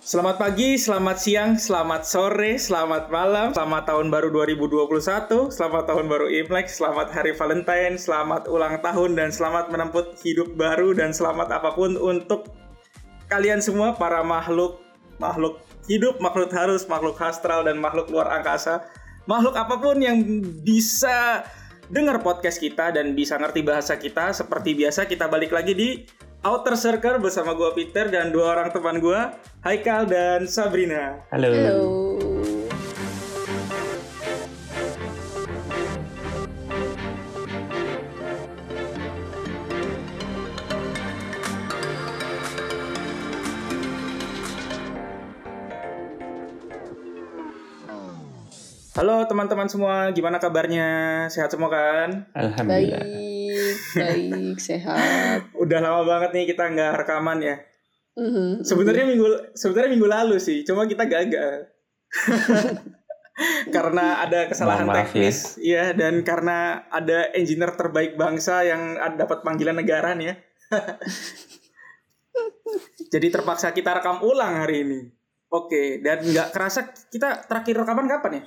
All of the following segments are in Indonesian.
Selamat pagi, selamat siang, selamat sore, selamat malam, selamat tahun baru 2021, selamat tahun baru Imlek, selamat hari Valentine, selamat ulang tahun, dan selamat menempuh hidup baru, dan selamat apapun untuk kalian semua, para makhluk hidup, makhluk halus, makhluk astral, dan makhluk luar angkasa. Makhluk apapun yang bisa dengar podcast kita dan bisa ngerti bahasa kita. Seperti biasa, kita balik lagi di Outer Circle bersama gue Peter dan dua orang teman gue, Haikal dan Sabrina. Halo. Halo teman-teman semua, gimana kabarnya? Sehat semua kan? Alhamdulillah. Baik, sehat. Udah lama banget nih kita nggak rekaman ya. Sebenarnya minggu lalu sih, cuma kita gagal. Karena ada kesalahan teknis, ya, dan karena ada engineer terbaik bangsa yang dapat panggilan negara nih ya. Jadi terpaksa kita rekam ulang hari ini. Oke, dan nggak kerasa kita terakhir rekaman kapan ya?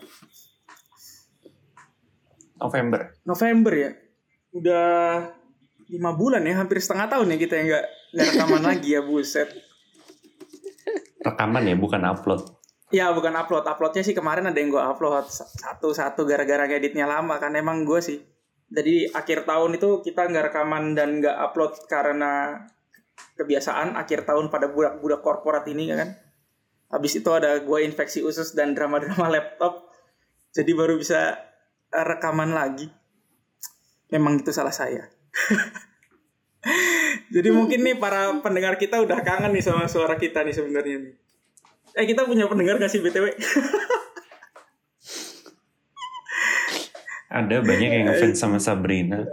November ya. Udah 5 bulan ya, hampir setengah tahun ya kita yang nggak rekaman lagi ya, buset. Rekaman ya, bukan upload. Ya, bukan upload. Uploadnya sih kemarin ada yang gue upload satu-satu gara-gara ngeditnya lama kan, emang gue sih. Jadi akhir tahun itu kita nggak rekaman dan nggak upload karena kebiasaan akhir tahun pada budak-budak korporat ini kan. Habis itu ada gue infeksi usus dan drama-drama laptop. Jadi baru bisa rekaman lagi. Memang itu salah saya. Jadi mungkin nih para pendengar kita udah kangen nih sama suara kita nih sebenarnya nih. Kita punya pendengar gak sih BTW? Ada banyak yang ngefans sama Sabrina.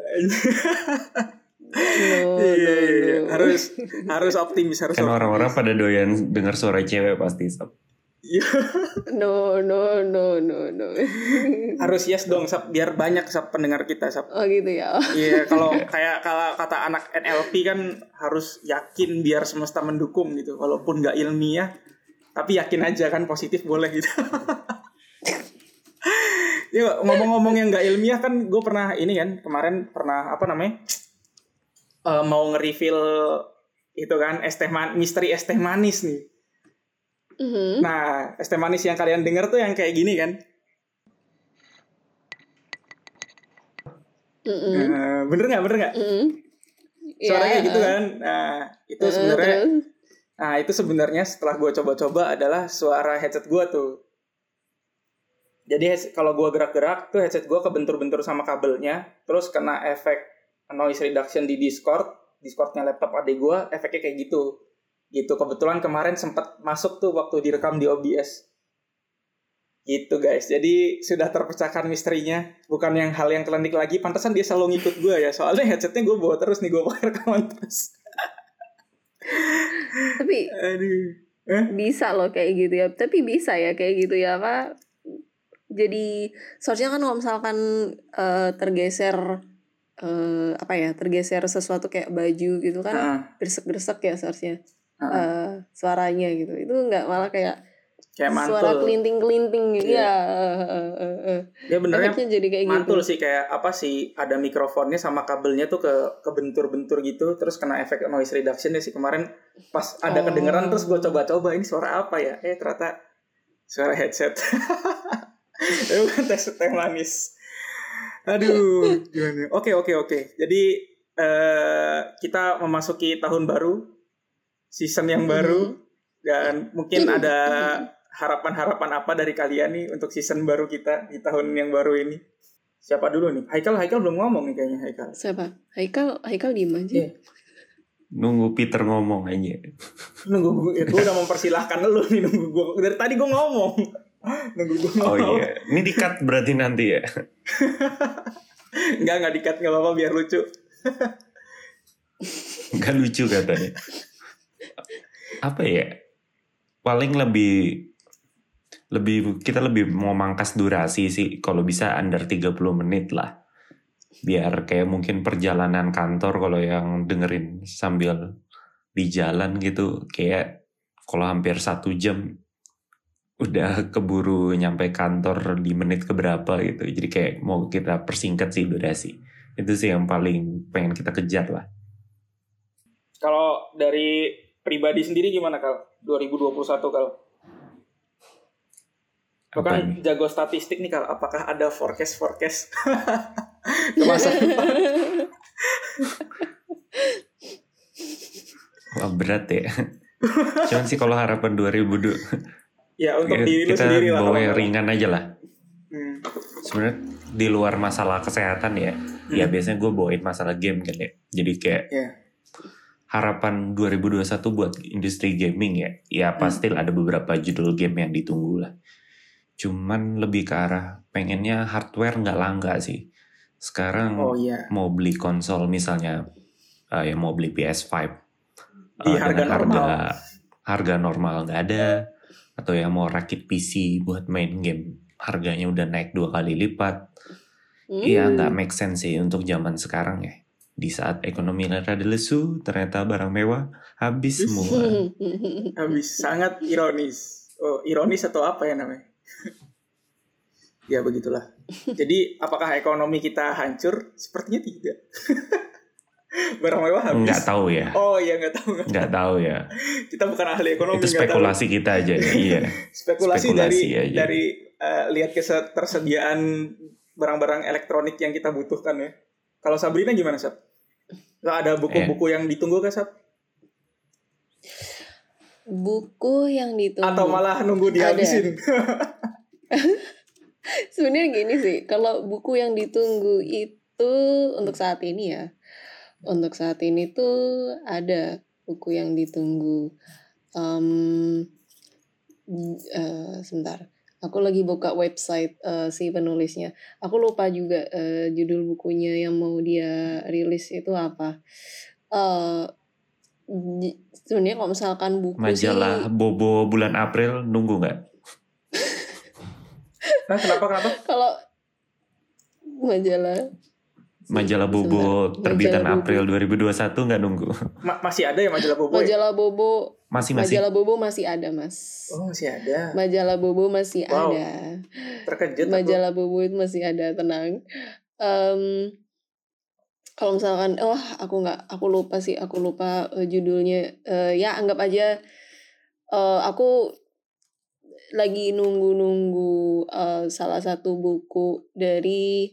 Iya. Harus optimis, harus kan optimis. Orang-orang pada doyan dengar suara cewek pasti, Sab. No. Harus yes dong, Sab, biar banyak Sab pendengar kita, Sab. Oh gitu ya. Iya, kalau kata anak NLP kan harus yakin biar semesta mendukung gitu, walaupun nggak ilmiah, tapi yakin aja kan, positif boleh gitu. Ya, ngomong-ngomong yang nggak ilmiah kan, gue pernah ini kan kemarin pernah mau nge-reveal itu kan misteri es teh manis nih. Nah, es teh manis yang kalian dengar tuh yang kayak gini kan? Bener nggak? Suaranya gitu kan? Nah, itu sebenarnya setelah gue coba-coba adalah suara headset gue tuh. Jadi kalau gue gerak-gerak tuh headset gue kebentur-bentur sama kabelnya, terus kena efek noise reduction di Discordnya laptop adik gue, efeknya kayak gitu. Kebetulan kemarin sempat masuk tuh waktu direkam di OBS. Gitu guys, jadi sudah terpecahkan misterinya. Bukan yang hal yang klinik lagi, pantesan dia selalu ngikut gue ya. Soalnya headsetnya gue bawa terus nih, gue pakai rekaman terus. Tapi bisa loh kayak gitu ya. Tapi bisa ya kayak gitu ya, Pak. Jadi source-nya kan kalau misalkan tergeser sesuatu kayak baju gitu kan, gresek-gresek ya source-nya. Suaranya gitu, itu nggak malah kayak mantul, suara kelinting-kelinting gitu ya. Ya benernya jadi kayak mantul gitu. sih, kayak apa sih, ada mikrofonnya sama kabelnya tuh kebentur-bentur gitu, terus kena efek noise reduction ya sih kemarin pas ada kedengeran, terus gue coba-coba ini suara apa ya, ternyata suara headset. Itu kan teh manis. Aduh, gimana? Oke. Jadi kita memasuki tahun baru, season yang baru, dan mungkin ada harapan-harapan apa dari kalian nih untuk season baru kita di tahun yang baru ini. Siapa dulu nih? Haikal belum ngomong nih kayaknya. Siapa? Haikal diem aja. Nunggu Peter ngomong aja. Gue udah mempersilahkan lu nih, nunggu gue dari tadi gue ngomong. Nunggu gue ngomong. Oh iya, ini di-cut berarti nanti ya? Enggak di-cut, enggak apa-apa biar lucu. Enggak lucu katanya. Apa ya? Paling kita lebih mau mangkas durasi sih, kalau bisa under 30 menit lah. Biar kayak mungkin perjalanan kantor, kalau yang dengerin sambil di jalan gitu, kayak Kalau hampir 1 jam udah keburu nyampe kantor di menit keberapa gitu. Jadi kayak mau kita persingkat sih durasi. Itu sih yang paling pengen kita kejar lah. Kalau dari pribadi sendiri gimana Kal? 2021 Kal? Bukan jago statistik nih Kal. Apakah ada forecast ke masa depan? Wah berat ya. Cuman sih kalau harapan 2002 ya untuk diri lu sendiri lah. Kita bawa yang ringan aja lah. Sebenarnya di luar masalah kesehatan ya. Ya biasanya gue bawain masalah game kan ya. Jadi kayak harapan 2021 buat industri gaming ya. Ya pasti ada beberapa judul game yang ditunggu lah. Cuman lebih ke arah pengennya hardware nggak langka sih. Sekarang mau beli konsol misalnya, ya mau beli PS5 di harga normal nggak ada, atau yang mau rakit PC buat main game harganya udah naik 2 kali lipat. Iya nggak make sense sih untuk zaman sekarang ya. Di saat ekonomi rada lesu, ternyata barang mewah habis semua. Habis, sangat ironis. Oh, ironis atau apa ya namanya? Ya begitulah. Jadi apakah ekonomi kita hancur? Sepertinya tidak. Barang mewah habis. Nggak tahu ya. Oh iya nggak tahu ya. Kita bukan ahli ekonomi. Itu spekulasi kita aja ya. Iya. spekulasi dari lihat ketersediaan barang-barang elektronik yang kita butuhkan ya. Kalau Sabrina gimana Sab? Nggak ada buku-buku yang ditunggu kan Sab? Buku yang ditunggu. Atau malah nunggu dihabisin? Sebenarnya gini sih, kalau buku yang ditunggu itu untuk saat ini ya. Untuk saat ini tuh ada buku yang ditunggu. Sebentar, aku lagi buka website si penulisnya. Aku lupa juga judul bukunya yang mau dia rilis itu apa. Sebenarnya kalau misalkan buku majalah sih, Bobo bulan April nunggu nggak? Nah, kenapa? Kalau majalah Bobo terbitan April 2021 nggak nunggu? Masih ada ya majalah Bobo? Majalah Bobo masih. Majalah Bobo masih ada, Mas. Oh, masih ada. Majalah Bobo masih ada. Terkejut Majalah Bobo itu masih ada, tenang. Kalau misalkan aku lupa judulnya. Ya anggap aja aku lagi nunggu salah satu buku dari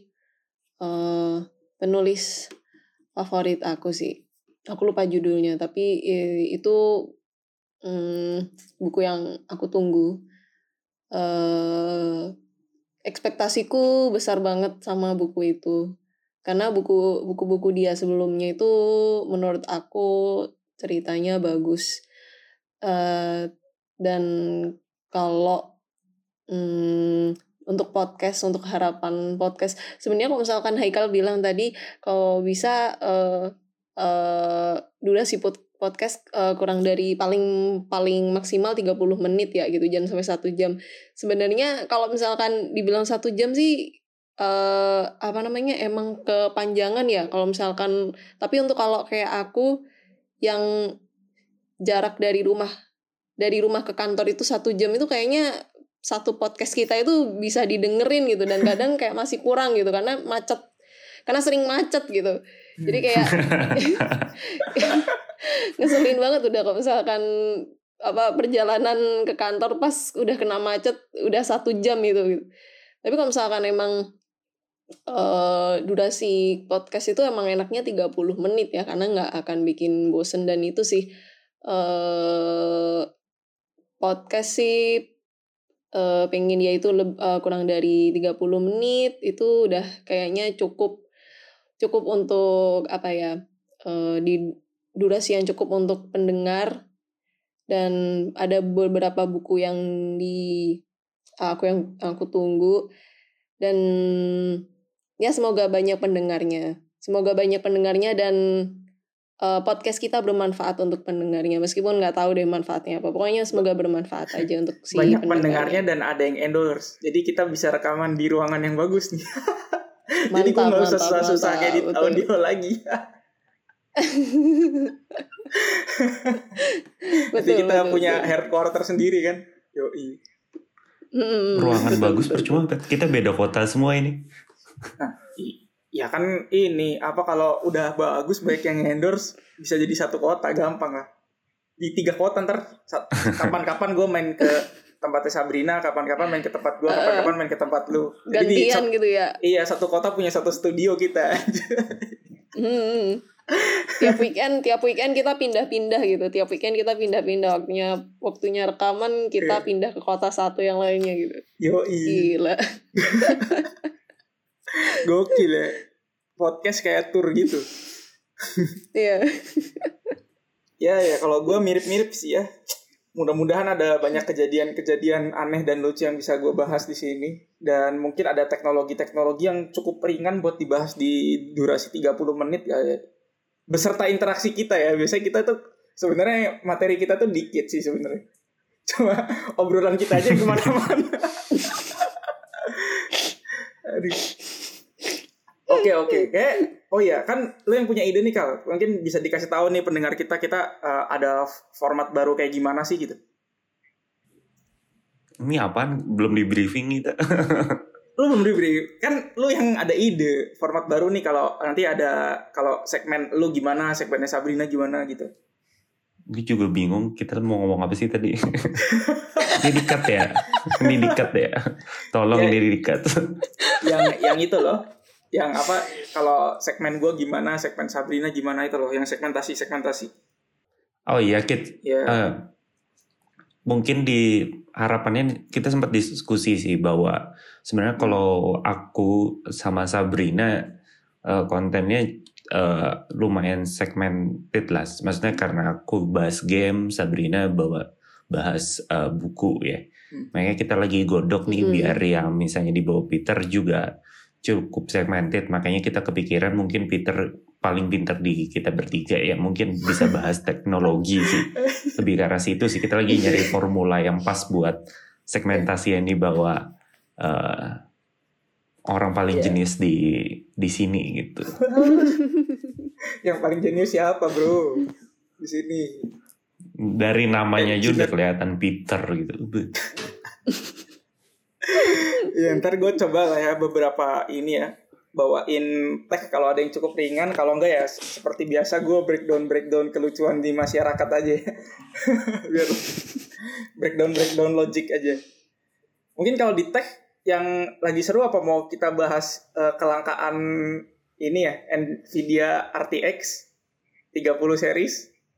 penulis favorit aku sih. Aku lupa judulnya, tapi itu buku yang aku tunggu. Ekspektasiku besar banget sama buku itu. Karena buku-buku dia sebelumnya itu menurut aku ceritanya bagus. Dan kalau untuk harapan podcast, sebenarnya kalau misalkan Haikal bilang tadi kalau bisa durasi podcast kurang dari paling maksimal 30 menit ya gitu, jangan sampai 1 jam. Sebenarnya kalau misalkan dibilang 1 jam sih emang kepanjangan ya kalau misalkan, tapi untuk kalau kayak aku yang jarak dari rumah ke kantor itu 1 jam, itu kayaknya satu podcast kita itu bisa didengerin gitu, dan kadang kayak masih kurang gitu karena sering macet gitu. Jadi kayak ngeselin banget udah kalau misalkan perjalanan ke kantor pas udah kena macet udah 1 jam gitu. Tapi kalau misalkan emang durasi podcast itu emang enaknya 30 menit ya, karena nggak akan bikin bosen. Dan itu sih podcast sih pengen dia itu kurang dari 30 menit itu udah kayaknya cukup untuk di durasi yang cukup untuk pendengar. Dan ada beberapa buku yang aku tunggu, dan ya semoga banyak pendengarnya dan podcast kita bermanfaat untuk pendengarnya, meskipun nggak tahu deh manfaatnya apa. Pokoknya semoga bermanfaat aja untuk si banyak pendengarnya dan ada yang endorse, jadi kita bisa rekaman di ruangan yang bagus nih. Jadi gue nggak usah susah-susah edit audio lagi. Nanti kita punya headquarter sendiri kan. Yoi. Ruangan bagus percuma kita beda kota semua ini. Nah, ya kan ini apa kalau udah bagus baik yang endorse bisa jadi satu kota gampang lah. Di 3 kota ntar kapan-kapan gue main ke tempatnya Sabrina, kapan-kapan main ke tempat gue, kapan-kapan main ke tempat lu. Gantian gitu ya. Iya, satu kota punya satu studio kita. Tiap weekend kita pindah-pindah gitu. Tiap weekend kita pindah-pindah waktunya rekaman kita pindah ke kota satu yang lainnya gitu. Yoi. Gila. Gokil ya. Podcast kayak tour gitu. Iya. Ya kalau gue mirip-mirip sih ya. Mudah-mudahan ada banyak kejadian-kejadian aneh dan lucu yang bisa gue bahas di sini. Dan mungkin ada teknologi-teknologi yang cukup ringan buat dibahas di durasi 30 menit ya. Beserta interaksi kita ya. Biasanya kita tuh sebenarnya materi kita tuh dikit sih sebenarnya. Cuma obrolan kita aja kemana-mana. Oke. Oh iya, kan lu yang punya ide nih Kal. Mungkin bisa dikasih tahu nih pendengar kita ada format baru kayak gimana sih gitu. Ini apaan? Belum di briefing kita. Lu belum di briefing. Kan lu yang ada ide format baru nih kalau nanti kalau segmen lu gimana, segmennya Sabrina gimana gitu. Gue juga bingung kita mau ngomong apa sih tadi. Ini di-cut ya. Tolong ini di-cut. Yang itu loh. Yang apa kalau segmen gue gimana, segmen Sabrina gimana itu loh, yang segmentasi. Oh iya Kit. Yeah. Mungkin di harapannya kita sempat diskusi sih bahwa sebenarnya kalau aku sama Sabrina kontennya lumayan segmented lah. Maksudnya karena aku bahas game, Sabrina bahas buku ya. Makanya kita lagi godok nih biar yang misalnya di bawah Peter juga cukup segmented, makanya kita kepikiran mungkin Peter paling pintar di kita bertiga ya, mungkin bisa bahas teknologi sih, lebih ke arah situ sih. Kita lagi nyari formula yang pas buat segmentasi yang dibawa orang paling jenius di sini gitu. Yang paling jenius siapa bro di sini? Dari namanya juga udah kelihatan Peter gitu. Ya ntar gue coba lah ya beberapa ini ya, bawain teh kalau ada yang cukup ringan, kalau enggak ya seperti biasa gue breakdown kelucuan di masyarakat aja ya. Biar breakdown logik aja. Mungkin kalau di teh yang lagi seru apa mau kita bahas kelangkaan ini ya, Nvidia RTX 30 series.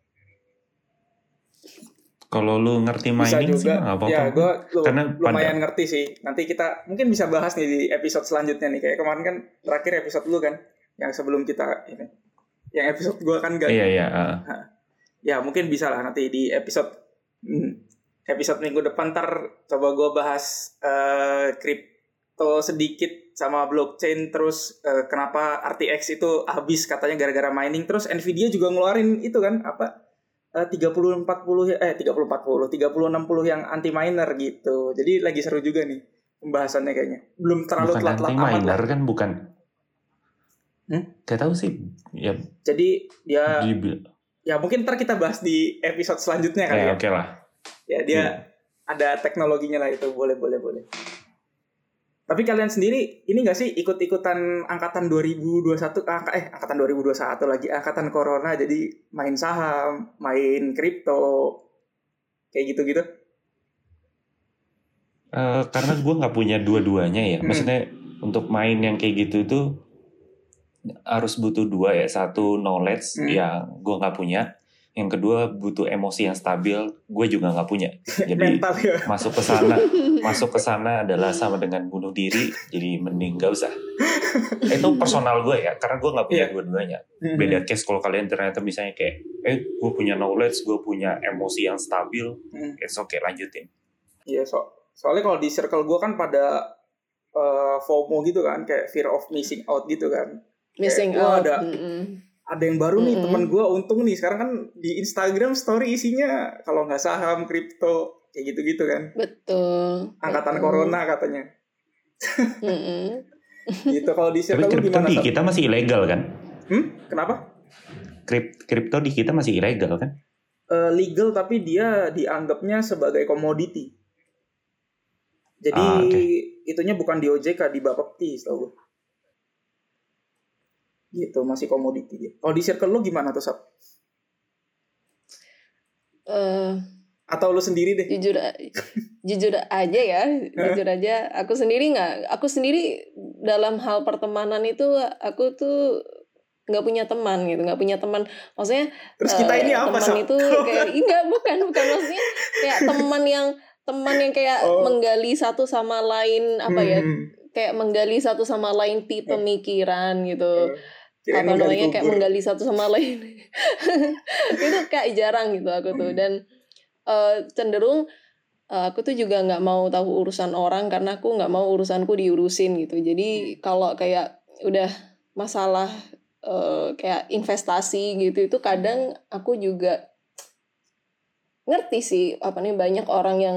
Kalau lu ngerti mining sih nggak apa-apa. Ya, gue lumayan ngerti sih. Nanti kita mungkin bisa bahas nih di episode selanjutnya nih. Kayak kemarin kan terakhir episode lu kan, yang sebelum kita ini, yang episode gue kan gak. Iya. Ya mungkin bisa lah nanti di episode minggu depan ntar coba gue bahas kripto sedikit sama blockchain, terus kenapa RTX itu habis katanya gara-gara mining. Terus Nvidia juga ngeluarin itu kan apa? 3060 yang anti miner gitu. Jadi lagi seru juga nih pembahasannya kayaknya. Belum terlalu telat-telat amat. Anti miner kan bukan. Gak tahu sih. Ya. Jadi ya mungkin ntar kita bahas di episode selanjutnya kali ya. Oke lah. Ya dia ada teknologinya lah itu, boleh. Tapi kalian sendiri ini nggak sih ikut-ikutan angkatan 2021 angkatan 2021 lagi, angkatan corona, jadi main saham, main kripto kayak gitu-gitu? Karena gue nggak punya dua-duanya ya. Maksudnya untuk main yang kayak gitu tuh harus butuh dua ya. Satu knowledge yang gue nggak punya. Yang kedua butuh emosi yang stabil, gue juga nggak punya. Jadi mental, ya. masuk ke sana adalah sama dengan bunuh diri. Jadi mending nggak usah. Itu personal gue ya, karena gue nggak punya dua-duanya. Beda case kalau kalian ternyata misalnya kayak, gue punya knowledge, gue punya emosi yang stabil, it's okay, lanjutin. Iya, soalnya kalau di circle gue kan pada FOMO gitu kan, kayak fear of missing out gitu kan. Missing out. Ada yang baru nih teman gue, untung nih sekarang kan di Instagram story isinya kalau nggak saham, kripto kayak gitu-gitu kan. Betul. Angkatan corona katanya. Gitu kalau di circle lu gimana? Tapi kita masih ilegal kan? Kenapa? kripto di kita masih ilegal kan? Legal tapi dia dianggapnya sebagai komoditi. Jadi itunya bukan di OJK, di Bapepti setahu gue. Gitu, masih komoditi dia. Kalau di circle lu gimana tuh, Sab? Atau lu sendiri deh? Jujur aja ya, jujur aja. Aku sendiri dalam hal pertemanan itu aku tuh nggak punya teman gitu, nggak punya teman. Maksudnya terus kita ini apa, teman itu kayak bukan maksudnya kayak teman yang kayak menggali satu sama lain kayak menggali satu sama lain tipe pemikiran gitu. Apa namanya kayak menggali satu sama lain. Itu kayak jarang gitu aku tuh, dan cenderung aku tuh juga nggak mau tahu urusan orang karena aku nggak mau urusanku diurusin gitu. Jadi kalau kayak udah masalah kayak investasi gitu itu kadang aku juga ngerti sih banyak orang yang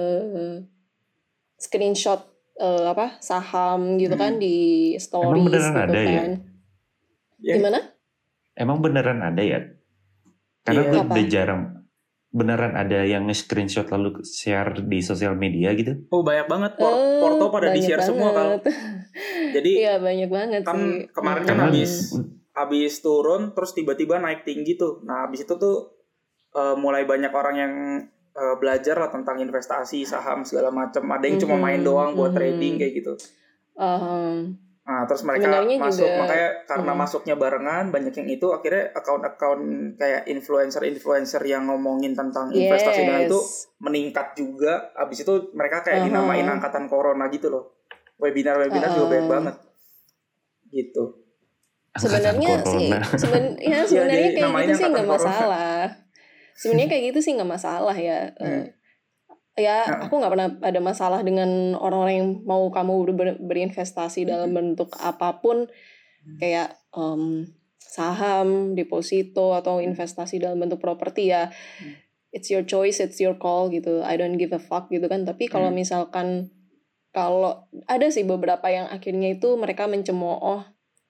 screenshot saham gitu kan di stories gitu ada kan. Ya? Gimana? Emang beneran ada ya? Karena gue udah jarang. Beneran ada yang nge-screenshot lalu share di sosial media gitu? Oh banyak banget, Porto pada di-share semua kalau. Jadi iya banyak banget kan sih. Kemarin kan habis turun terus tiba-tiba naik tinggi tuh. Nah habis itu tuh mulai banyak orang yang belajar lah tentang investasi, saham segala macam. Ada yang cuma main doang buat trading kayak gitu. Nah terus mereka masuk juga, makanya karena masuknya barengan banyak yang itu akhirnya akun-akun kayak influencer yang ngomongin tentang investasi dan itu meningkat juga. Abis itu mereka kayak dinamain angkatan corona gitu loh. Webinar juga banyak banget gitu. Sebenarnya sih sebenarnya kayak gitu sih nggak masalah. Sebenarnya kayak gitu sih nggak masalah ya. Aku nggak pernah ada masalah dengan orang-orang yang mau kamu berinvestasi dalam bentuk apapun, kayak saham, deposito atau investasi dalam bentuk properti ya. It's your choice, it's your call gitu. I don't give a fuck gitu kan. Tapi kalau misalkan kalau ada sih beberapa yang akhirnya itu mereka mencemooh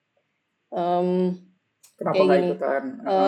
kenapa kayak nggak gini. ikutan?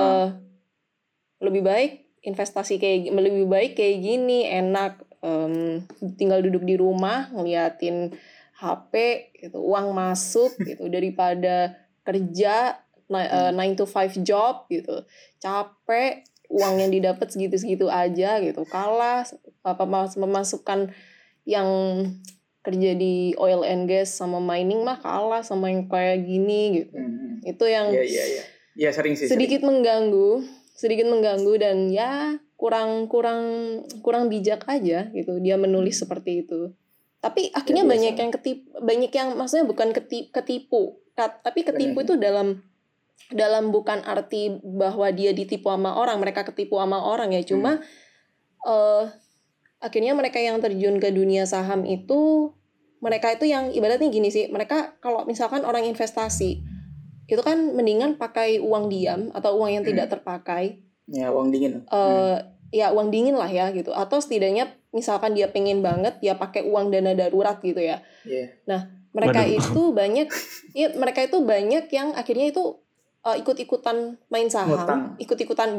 Lebih baik investasi lebih baik kayak gini, enak, tinggal duduk di rumah ngeliatin HP gitu, uang masuk gitu daripada kerja 9 to 5 job gitu, capek, uang yang didapat segitu-segitu aja gitu, kalah memasukkan yang kerja di oil and gas sama mining mah kalah sama yang kayak gini gitu. Itu yang sering sih, sedikit mengganggu dan ya kurang bijak aja gitu dia menulis seperti itu. Tapi akhirnya banyak yang maksudnya bukan ketipu, tapi ketipu itu dalam bukan arti bahwa dia ditipu sama orang, mereka ketipu sama orang ya, cuma akhirnya mereka yang terjun ke dunia saham itu, mereka itu yang ibaratnya gini sih, mereka kalau misalkan orang investasi itu kan mendingan pakai uang diam atau uang yang tidak terpakai. Ya, uang dingin. Ya uang dingin lah ya gitu. Atau setidaknya misalkan dia pengen banget dia pakai uang dana darurat gitu ya. Nah, mereka itu banyak yang akhirnya itu ikut-ikutan main saham, ikut-ikutan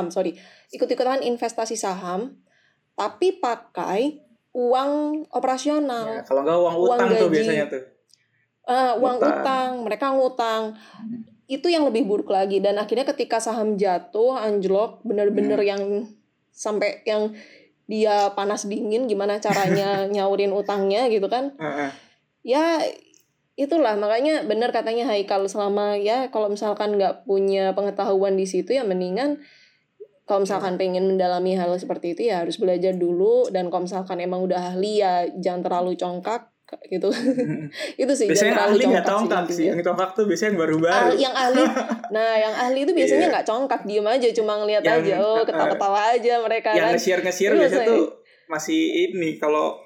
investasi saham, tapi pakai uang operasional. Ya, kalau nggak uang utang gaji, tuh biasanya tuh. Uang utang, mereka ngutang. Itu yang lebih buruk lagi, dan akhirnya ketika saham jatuh, anjlok, bener-bener yang sampai yang dia panas dingin gimana caranya nyaurin utangnya gitu kan. Ya itulah, makanya bener katanya Haikal, selama ya kalau misalkan nggak punya pengetahuan di situ ya mendingan kalau misalkan pengen mendalami hal seperti itu ya harus belajar dulu, dan kalau misalkan emang udah ahli ya jangan terlalu congkak gitu. Itu sih biasanya jangan ahli nggak congkak sih, yang congkak tuh biasanya yang baru-baru. Yang ahli itu biasanya nggak congkak, diem aja cuma ngeliat aja, ketawa-ketawa aja mereka yang kan. nge-share biasanya tuh masih ini, kalau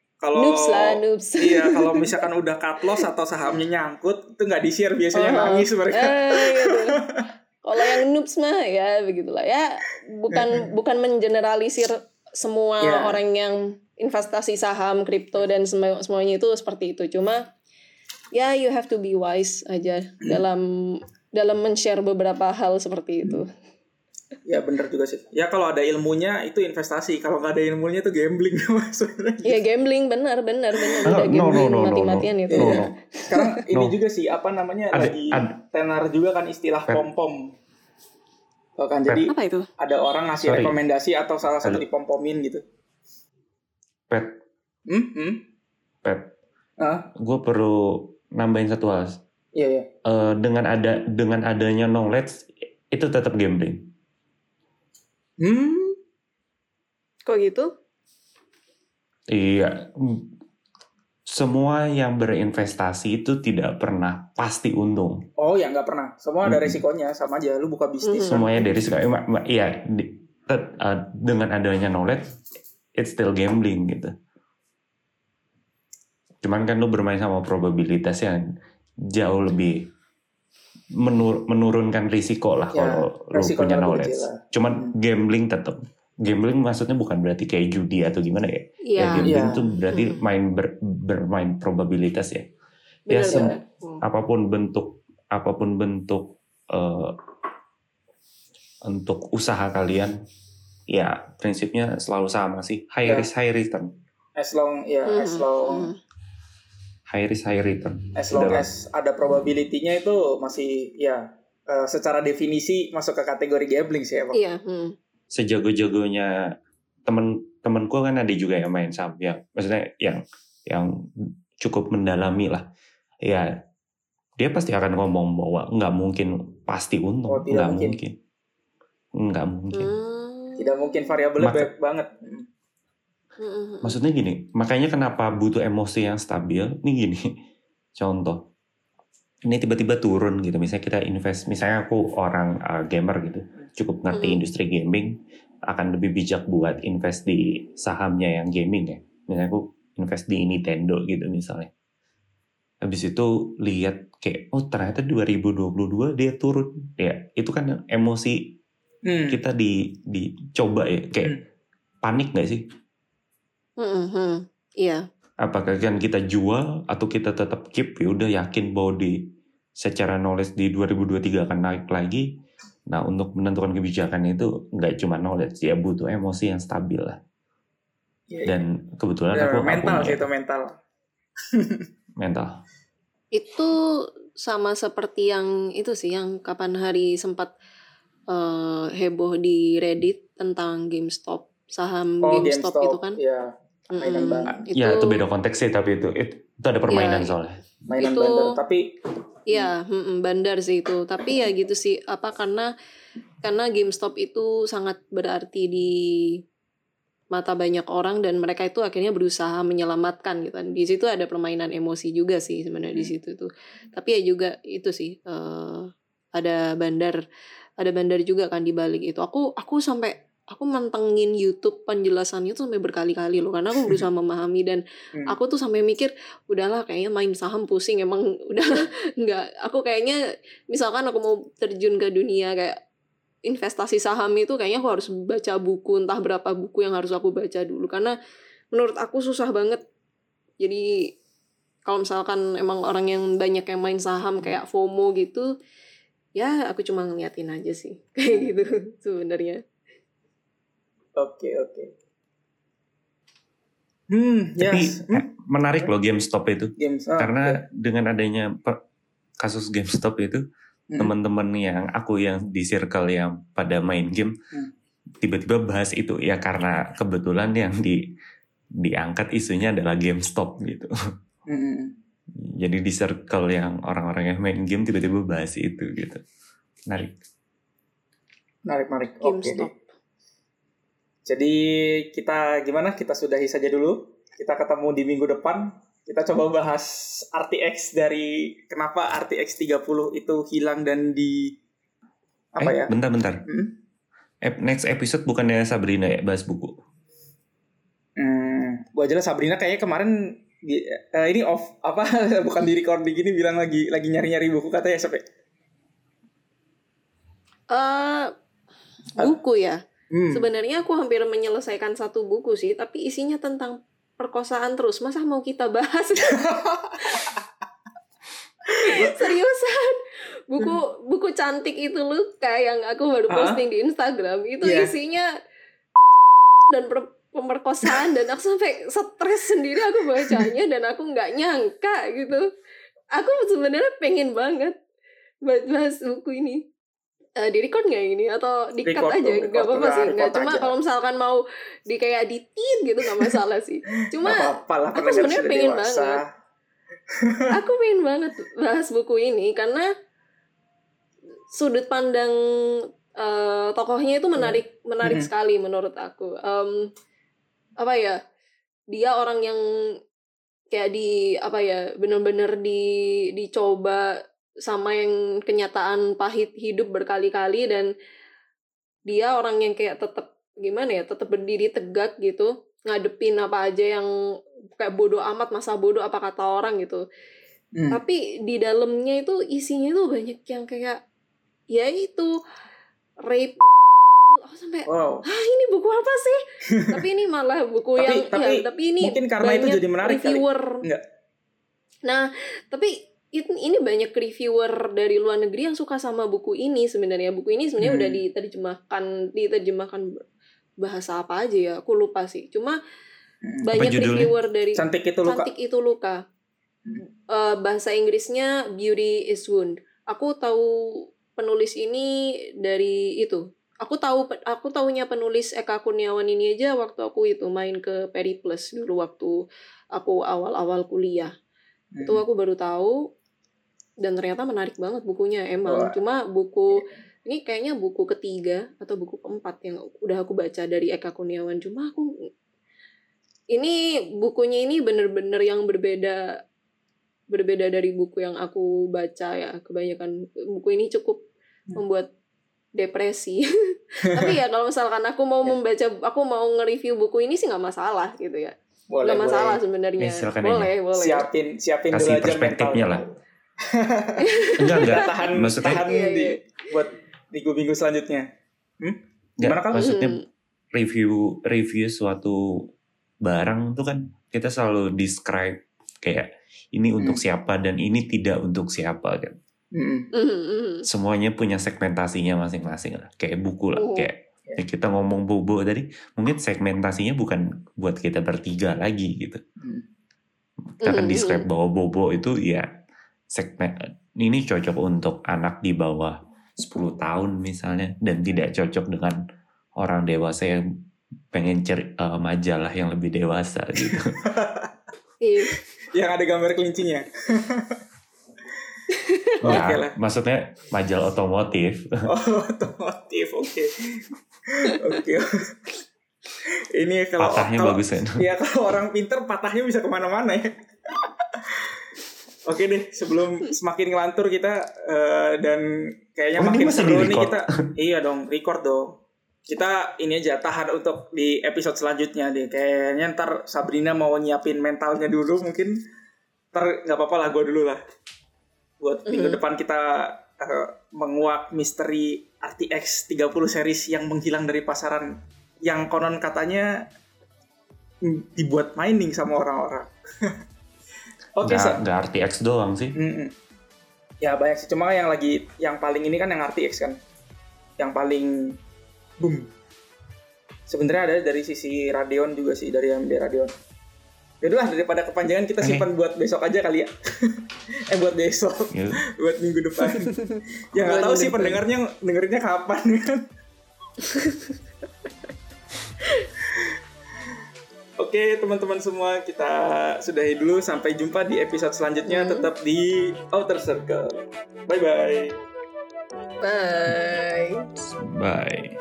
noobs. Iya, kalau misalkan udah cut loss atau sahamnya nyangkut itu nggak di-share biasanya, nangis mereka. Gitu. Kalau yang noobs mah ya begitulah ya, bukan mengeneralisir semua orang yang investasi saham, kripto dan semuanya itu seperti itu. Cuma ya you have to be wise aja dalam dalam men-share beberapa hal seperti itu. Ya bener juga sih. Ya kalau ada ilmunya itu investasi. Kalau nggak ada ilmunya itu gambling maksudnya. Ya gambling benar. Udah gambling mati-matian itu. No. Sekarang ini juga sih apa namanya lagi tenar juga kan istilah pom-pom. Kan jadi apa itu? Ada orang ngasih rekomendasi atau salah satu dipom-pomin gitu. Pet. Gue perlu nambahin satu hal. Iya. Dengan adanya knowledge itu tetap gambling. Kok gitu? Iya. Semua yang berinvestasi itu tidak pernah pasti untung. Oh ya, nggak pernah. Semua ada resikonya, sama aja. Lu buka bisnis. Semuanya dari resiko. Iya. Dengan adanya knowledge, it's still gambling gitu. Cuman kan lu bermain sama probabilitas yang jauh lebih menurunkan risiko lah kalau lu punya knowledge. Cuman gambling tetap. Gambling maksudnya bukan berarti kayak judi atau gimana ya. Gambling itu berarti bermain probabilitas ya. Benar, apapun bentuk untuk usaha kalian, ya prinsipnya selalu sama sih. High risk high return. As long high risk high return. As long as ada probability-nya itu masih secara definisi masuk ke kategori gambling sih emang. Iya. Sejago-jagonya temen-temenku kan ada juga yang main saham, yang maksudnya yang cukup mendalami lah. Ya dia pasti akan ngomong bahwa nggak mungkin pasti untung, nggak mungkin. Tidak mungkin, variabelnya banyak banget. Maksudnya gini, makanya kenapa butuh emosi yang stabil. Ini gini, contoh. Ini tiba-tiba turun gitu. Misalnya kita invest, misalnya aku orang gamer gitu, cukup ngerti industri gaming, akan lebih bijak buat invest di sahamnya yang gaming ya. Misalnya aku invest di Nintendo gitu misalnya. Habis itu lihat kayak, oh ternyata 2022 dia turun. Ya, itu kan emosi kita dicoba ya. Kayak panik gak sih? Iya. Apakah kan kita jual atau kita tetap keep? Ya udah yakin bahwa secara knowledge di 2023 akan naik lagi. Nah untuk menentukan kebijakan itu nggak cuma knowledge, ya butuh emosi yang stabil lah. Dan kebetulan aku mental sih punya. itu mental. Itu sama seperti yang itu sih, yang kapan hari sempat heboh di Reddit tentang GameStop, saham GameStop itu kan. Iya. Mainan banget. Ya itu beda konteks sih, tapi itu ada permainan soalnya. Mainan itu, bandar, tapi ya bandar sih itu. Tapi ya gitu sih, karena GameStop itu sangat berarti di mata banyak orang dan mereka itu akhirnya berusaha menyelamatkan gitu. Di situ ada permainan emosi juga sih sebenarnya di situ tuh. Tapi ya juga itu sih ada bandar juga kan di balik itu. Aku mantengin YouTube penjelasannya tuh sampai berkali-kali loh, karena aku berusaha memahami dan aku tuh sampai mikir udahlah kayaknya main saham pusing, emang udah enggak. Aku kayaknya misalkan aku mau terjun ke dunia kayak investasi saham itu kayaknya aku harus baca buku, entah berapa buku yang harus aku baca dulu, karena menurut aku susah banget. Jadi kalau misalkan emang orang yang banyak yang main saham kayak FOMO gitu, ya aku cuma ngeliatin aja sih kayak gitu sebenarnya. Oke. Tapi menarik loh GameStop itu. Karena dengan adanya kasus GameStop itu, teman-teman yang di circle yang pada main game tiba-tiba bahas itu ya, karena kebetulan yang diangkat isunya adalah GameStop gitu. Jadi di circle yang orang-orang yang main game tiba-tiba bahas itu gitu. Menarik. Oke. Jadi kita sudahi saja dulu. Kita ketemu di minggu depan. Kita coba bahas RTX dari kenapa RTX 30 itu hilang dan ya? Bentar. Next episode bukannya Sabrina ya bahas buku? Gua aja lah, Sabrina kayaknya kemarin ini off bukan di recording gini bilang lagi nyari-nyari buku katanya sampai. Buku ya. Sebenarnya aku hampir menyelesaikan satu buku sih, tapi isinya tentang perkosaan terus. Masa mau kita bahas? Seriusan, buku cantik itu Luka yang aku baru posting di Instagram itu isinya dan pemerkosaan, dan aku sampai stres sendiri aku bacanya, dan aku nggak nyangka gitu. Aku sebenarnya pengen banget bahas buku ini. Di-record nggak ini atau di-cut aja? Nggak apa-apa sih. Nggak, cuma kalau misalkan mau kayak di-tit gitu nggak masalah sih. Cuma aku sebenarnya pengen banget. Aku pengen banget bahas buku ini karena sudut pandang tokohnya itu menarik sekali menurut aku. Apa ya? Dia orang yang kayak benar-benar dicoba sama yang kenyataan pahit hidup berkali-kali, dan dia orang yang kayak tetap berdiri tegak gitu, ngadepin apa aja yang kayak bodoh amat, masa bodoh apa kata orang gitu. Tapi di dalamnya itu isinya itu banyak yang kayak ya itu rape. Aku sampai ini buku apa sih? Tapi ini malah buku tapi ini mungkin karena itu jadi menarik reviewer. Enggak. Nah, tapi ini banyak reviewer dari luar negeri yang suka sama buku ini sebenarnya. Buku ini sebenarnya udah diterjemahkan bahasa apa aja ya, aku lupa sih. Cuma banyak reviewer dari Cantik Itu Luka. Bahasa Inggrisnya Beauty is Wound. Aku tahu penulis ini dari itu. Aku tahunya penulis Eka Kurniawan ini aja waktu aku itu main ke Periplus dulu waktu aku awal-awal kuliah. Itu aku baru tahu. Dan ternyata menarik banget bukunya emang. Cuma buku ini kayaknya buku ketiga atau buku keempat yang udah aku baca dari Eka Kurniawan. Cuma bukunya ini bener-bener yang berbeda dari buku yang aku baca ya. Kebanyakan buku ini cukup membuat depresi. Tapi ya kalau misalkan aku mau aku mau nge-review buku ini sih nggak masalah gitu ya. Nggak masalah sebenarnya. Boleh. Siapin kasih dulu aja perspektifnya lah. enggak tahan buat minggu selanjutnya. Gimana kan? Maksudnya review suatu barang itu kan kita selalu describe kayak ini untuk siapa dan ini tidak untuk siapa kan. Semuanya punya segmentasinya masing-masing lah. Kayak buku lah, kayak kita ngomong bobo tadi, mungkin segmentasinya bukan buat kita bertiga lagi gitu. Kita akan describe bahwa bobo itu ya segmen ini cocok untuk anak di bawah 10 tahun misalnya, dan tidak cocok dengan orang dewasa yang pengen cari majalah yang lebih dewasa gitu. Yang ada gambar kelincinya. Nah, maksudnya majalah otomotif. Otomotif, oke. Ini kalau patahnya bagus kan? Ya kalau orang pinter patahnya bisa kemana-mana ya. Oke deh, sebelum semakin ngelantur kita dan kayaknya makin seru nih kita. Iya dong, record dong. Kita ini aja tahan untuk di episode selanjutnya deh. Kayaknya ntar Sabrina mau nyiapin mentalnya dulu mungkin. Ntar nggak apa-apa lah, gue dulu lah. Buat minggu depan kita menguak misteri RTX 30 series yang menghilang dari pasaran, yang konon katanya dibuat mining sama orang-orang. Oke, nggak RTX doang sih. Ya banyak sih, cuma yang paling ini kan yang RTX kan, yang paling boom. Sebenarnya ada dari sisi Radeon juga sih, dari AMD Radeon. Yaudah daripada kepanjangan kita simpan buat besok aja kali ya. Buat besok, buat minggu depan. Ya nggak tahu sih dengerinnya kapan kan. Oke teman-teman semua, kita sudahi dulu. Sampai jumpa di episode selanjutnya. Tetap di Outer Circle. Bye-bye. Bye.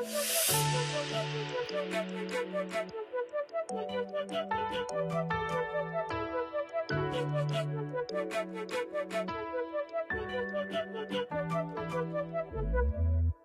Bye.